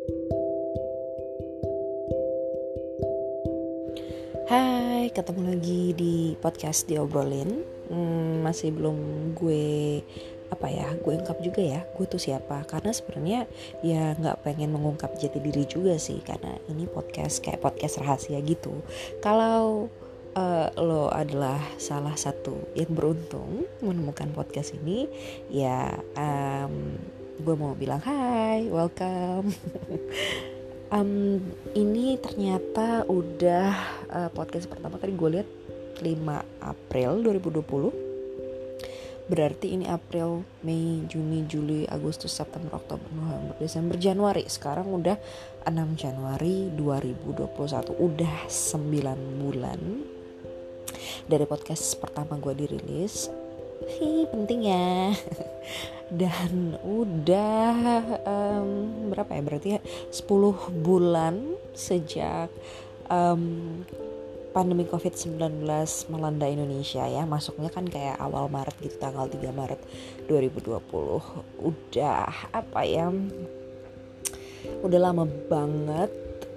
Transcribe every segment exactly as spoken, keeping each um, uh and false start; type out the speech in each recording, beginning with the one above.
Hai, ketemu lagi di podcast Diobrolin. hmm, Masih belum gue apa ya, gue ungkap juga ya, gue tuh siapa. Karena sebenarnya ya gak pengen mengungkap jati diri juga sih, karena ini podcast kayak podcast rahasia gitu. Kalau uh, lo adalah salah satu yang beruntung menemukan podcast ini, ya um, gue mau bilang hai, welcome. Um, ini ternyata udah uh, podcast pertama tadi gue lihat lima April dua ribu dua puluh. Berarti ini April, Mei, Juni, Juli, Agustus, September, Oktober, November, Desember, Januari. Sekarang udah enam Januari dua ribu dua puluh satu. Udah sembilan bulan dari podcast pertama gue dirilis. Hi, penting ya. Dan udah um, berapa ya, berarti ya sepuluh bulan sejak um, pandemi covid sembilan belas melanda Indonesia ya. Masuknya kan kayak awal Maret gitu, tanggal tiga Maret dua ribu dua puluh. Udah apa ya, udah lama banget.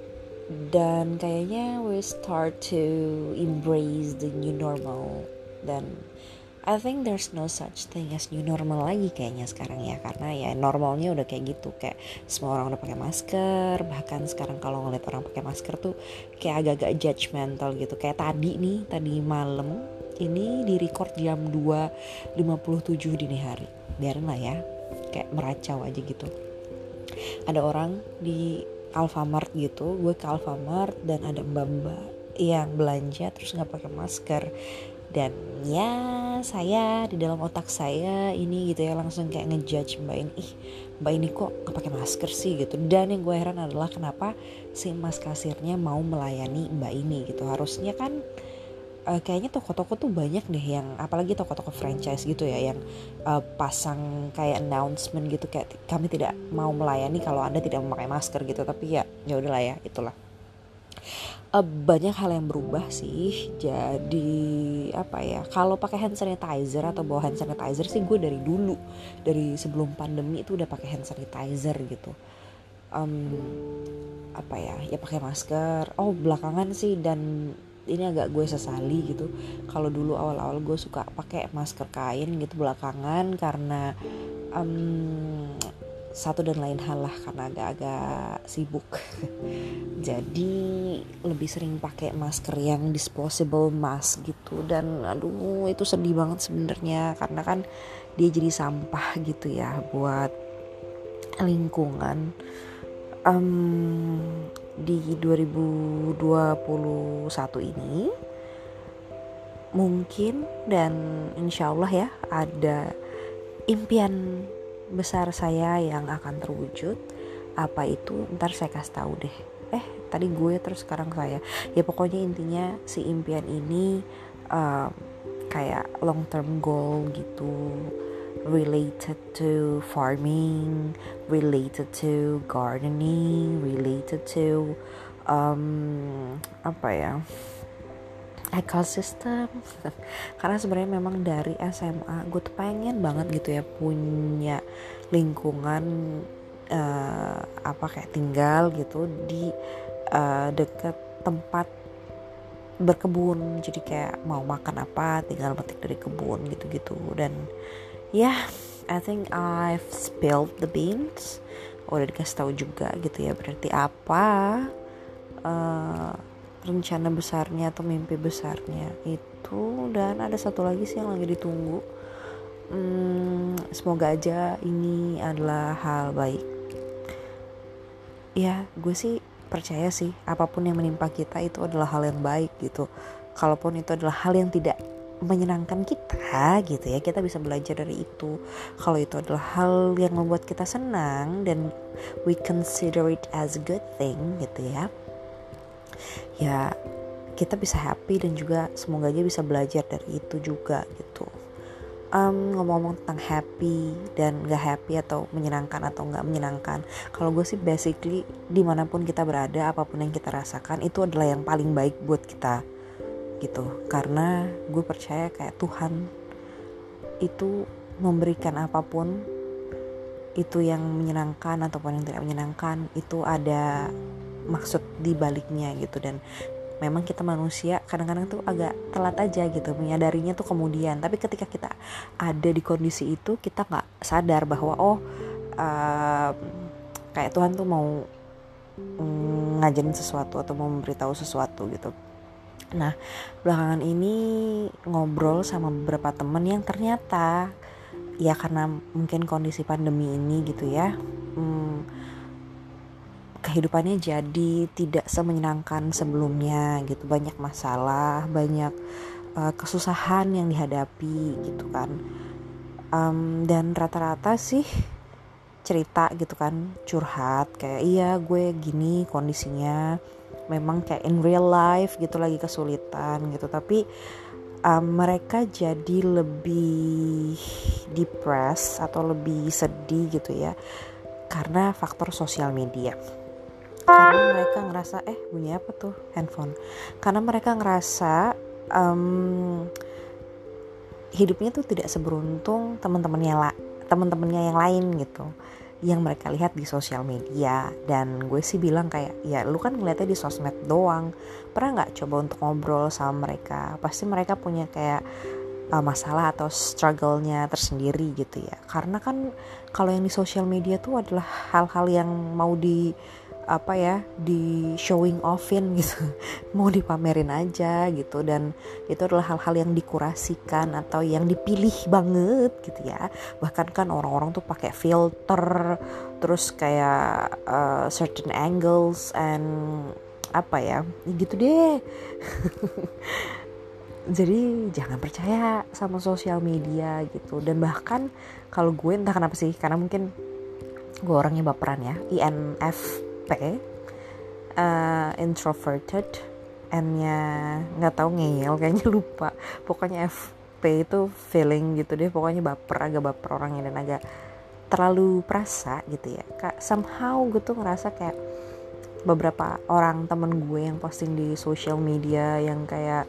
Dan kayaknya we start to embrace the new normal. Dan I think there's no such thing as new normal lagi kayaknya sekarang ya, karena ya normalnya udah kayak gitu, kayak semua orang udah pakai masker. Bahkan sekarang kalau ngeliat orang pakai masker tuh kayak agak-agak judgmental gitu. Kayak tadi nih, tadi malam ini di record jam dua lima puluh tujuh dini hari. Biarin lah ya, kayak meracau aja gitu. Ada orang di Alfamart gitu, gue ke Alfamart dan ada mbak-mbak yang belanja terus nggak pakai masker. Dan ya saya di dalam otak saya ini gitu ya, langsung kayak ngejudge mbak ini, ih mbak ini kok gak pakai masker sih gitu. Dan yang gue heran adalah kenapa si mas kasirnya mau melayani mbak ini gitu. Harusnya kan uh, kayaknya toko-toko tuh banyak deh yang, apalagi toko-toko franchise gitu ya, yang uh, pasang kayak announcement gitu kayak kami tidak mau melayani kalau anda tidak memakai masker gitu. Tapi ya ya udahlah ya, itulah. Uh, banyak hal yang berubah sih. Jadi apa ya, kalau pakai hand sanitizer atau bawa hand sanitizer sih gue dari dulu, dari sebelum pandemi itu udah pakai hand sanitizer gitu. Um, apa ya, ya pakai masker. Oh belakangan sih, dan ini agak gue sesali gitu. Kalau dulu awal-awal gue suka pakai masker kain gitu belakangan, karena um, satu dan lain hal lah, karena agak-agak sibuk. Jadi lebih sering pakai masker yang disposable mask gitu. Dan aduh itu sedih banget sebenarnya, karena kan dia jadi sampah gitu ya buat lingkungan. um, Di dua ribu dua puluh satu ini mungkin, dan insya Allah ya, ada impian besar saya yang akan terwujud. Apa itu? Ntar saya kasih tahu deh. Eh tadi gue terus sekarang saya. Ya pokoknya intinya si impian ini um, kayak long term goal gitu, related to farming, related to gardening, related to um, apa ya, ecosystem. Karena sebenarnya memang dari S M A gue tuh pengen banget gitu ya punya lingkungan uh, apa kayak tinggal gitu di uh, dekat tempat berkebun. Jadi kayak mau makan apa tinggal petik dari kebun gitu-gitu. Dan ya yeah, I think I've spilled the beans. Udah dikasih tahu juga gitu ya, berarti apa uh, rencana besarnya atau mimpi besarnya itu. Dan ada satu lagi sih yang lagi ditunggu. hmm, Semoga aja ini adalah hal baik. Ya gue sih percaya sih apapun yang menimpa kita itu adalah hal yang baik gitu. Kalaupun itu adalah hal yang tidak menyenangkan kita gitu ya, kita bisa belajar dari itu. Kalau itu adalah hal yang membuat kita senang dan we consider it as a good thing gitu ya, ya kita bisa happy. Dan juga semoga aja bisa belajar dari itu juga gitu. um, Ngomong-ngomong tentang happy dan gak happy atau menyenangkan atau gak menyenangkan, kalau gue sih basically dimanapun kita berada, apapun yang kita rasakan itu adalah yang paling baik buat kita gitu. Karena gue percaya kayak Tuhan itu memberikan apapun itu yang menyenangkan ataupun yang tidak menyenangkan, itu ada maksud di baliknya gitu. Dan memang kita manusia kadang-kadang tuh agak telat aja gitu menyadarinya tuh kemudian. Tapi ketika kita ada di kondisi itu, kita nggak sadar bahwa oh uh, kayak Tuhan tuh mau mm, ngajarin sesuatu atau mau memberitahu sesuatu gitu. Nah belakangan ini ngobrol sama beberapa temen yang ternyata ya karena mungkin kondisi pandemi ini gitu ya, hmm, kehidupannya jadi tidak semenyenangkan sebelumnya gitu. Banyak masalah, banyak uh, kesusahan yang dihadapi gitu kan. Um, dan rata-rata sih cerita gitu kan, curhat kayak iya gue gini kondisinya, memang kayak in real life gitu lagi kesulitan gitu. Tapi um, mereka jadi lebih depressed atau lebih sedih gitu ya karena faktor sosial media. Karena mereka ngerasa eh bunyi apa tuh handphone? Karena mereka ngerasa um, hidupnya tuh tidak seberuntung teman-temannya la- teman-temannya yang lain gitu, yang mereka lihat di sosial media. Dan gue sih bilang kayak ya lu kan ngeliatnya di sosmed doang, pernah nggak coba untuk ngobrol sama mereka? Pasti mereka punya kayak uh, masalah atau struggle-nya tersendiri gitu ya. Karena kan kalau yang di sosial media tuh adalah hal-hal yang mau di apa ya di showing offin gitu, mau dipamerin aja gitu. Dan itu adalah hal-hal yang dikurasikan atau yang dipilih banget gitu ya. Bahkan kan orang-orang tuh pakai filter, terus kayak uh, certain angles and apa ya gitu deh. Jadi jangan percaya sama sosial media gitu. Dan bahkan kalau gue entah kenapa sih, karena mungkin gue orangnya baperan ya, I N F P, uh, introverted, N-nya nggak tahu ngeyel kayaknya lupa, pokoknya F P itu feeling gitu deh, pokoknya baper, agak baper orangnya dan agak terlalu perasa gitu ya. Kak somehow gue tuh ngerasa kayak beberapa orang temen gue yang posting di social media yang kayak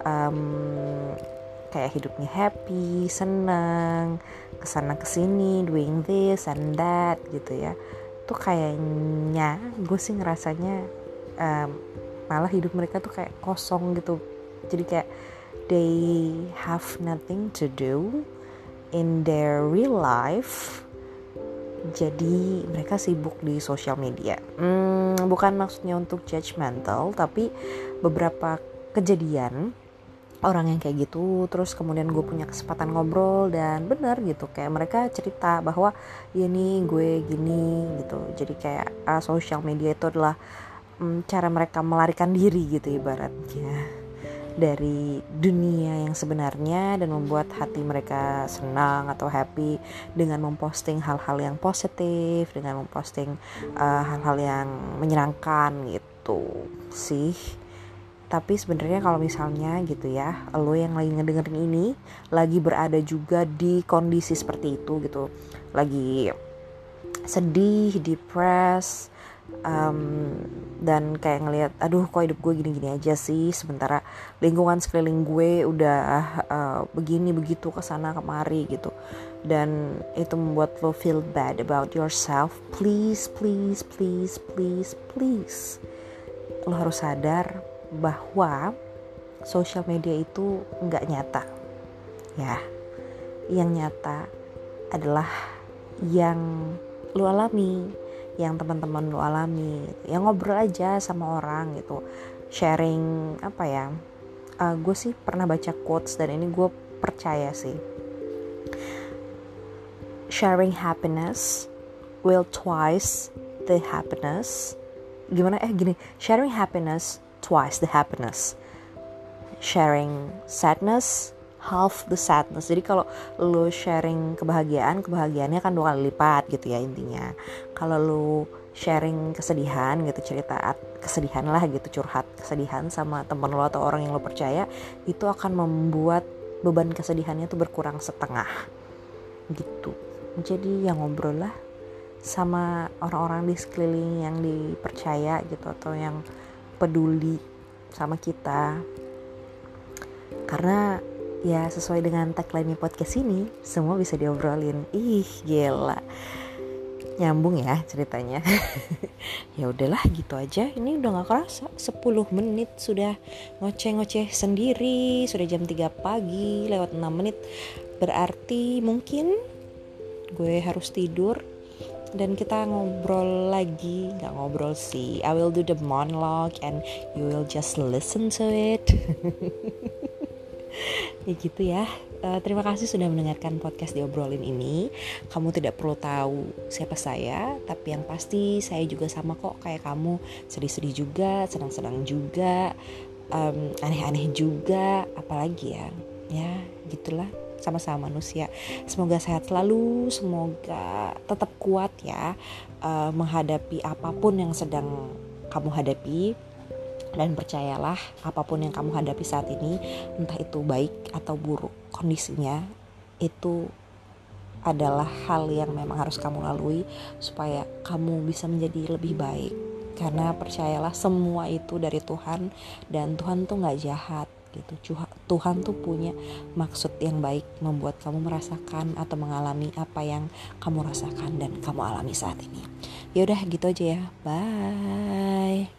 um, kayak hidupnya happy, senang, kesana kesini, doing this and that gitu ya. Tuh kayaknya gue sih ngerasanya um, malah hidup mereka tuh kayak kosong gitu. Jadi kayak they have nothing to do in their real life. Jadi mereka sibuk di sosial media. hmm, Bukan maksudnya untuk judgmental, tapi beberapa kejadian orang yang kayak gitu. Terus kemudian gue punya kesempatan ngobrol dan benar gitu, kayak mereka cerita bahwa ya nih gue gini gitu. Jadi kayak uh, social media itu adalah um, cara mereka melarikan diri gitu ibaratnya dari dunia yang sebenarnya dan membuat hati mereka senang atau happy dengan memposting hal-hal yang positif, dengan memposting uh, hal-hal yang menyenangkan gitu sih. Tapi sebenarnya kalau misalnya gitu ya, lo yang lagi ngedengerin ini lagi berada juga di kondisi seperti itu gitu, lagi sedih, depressed, um, dan kayak ngelihat aduh kok hidup gue gini-gini aja sih, sementara lingkungan sekeliling gue udah uh, begini begitu kesana kemari gitu, dan itu membuat lo feel bad about yourself. Please, please, please, please, please, lo harus sadar bahwa social media itu nggak nyata ya. Yang nyata adalah yang lu alami, yang teman-teman lu alami, yang ngobrol aja sama orang gitu, sharing apa ya, uh, gue sih pernah baca quotes dan ini gue percaya sih, sharing happiness will twice the happiness. Gimana eh gini, sharing happiness twice the happiness, sharing sadness half the sadness. Jadi kalau lu sharing kebahagiaan, kebahagiaannya kan dua kali lipat gitu ya intinya. Kalau lu sharing kesedihan gitu, cerita kesedihan lah gitu, curhat kesedihan sama temen lo atau orang yang lo percaya, itu akan membuat beban kesedihannya tuh berkurang setengah gitu. Jadi ya ngobrol lah sama orang-orang di sekeliling yang dipercaya gitu, atau yang peduli sama kita. Karena ya sesuai dengan tagline podcast ini, semua bisa diobrolin. Ih gila. Nyambung ya ceritanya. Ya udahlah gitu aja. Ini udah gak kerasa sepuluh menit sudah ngoceh-ngoceh sendiri. Sudah jam tiga pagi lewat enam menit. Berarti mungkin gue harus tidur dan kita ngobrol lagi. Gak ngobrol sih, I will do the monologue and you will just listen to it. Ya gitu ya. Uh, terima kasih sudah mendengarkan podcast Diobrolin ini. Kamu tidak perlu tahu siapa saya, tapi yang pasti saya juga sama kok kayak kamu. Sedih-sedih juga, senang-senang juga, um, aneh-aneh juga, apalagi ya. Ya gitulah, sama-sama manusia. Semoga sehat selalu, semoga tetap kuat ya, uh, menghadapi apapun yang sedang kamu hadapi. Dan percayalah, apapun yang kamu hadapi saat ini, entah itu baik atau buruk kondisinya, itu adalah hal yang memang harus kamu lalui supaya kamu bisa menjadi lebih baik. Karena percayalah, semua itu dari Tuhan, dan Tuhan tuh gak jahat gitu. Tuhan tuh punya maksud yang baik, membuat kamu merasakan atau mengalami apa yang kamu rasakan dan kamu alami saat ini. Ya udah gitu aja ya, bye.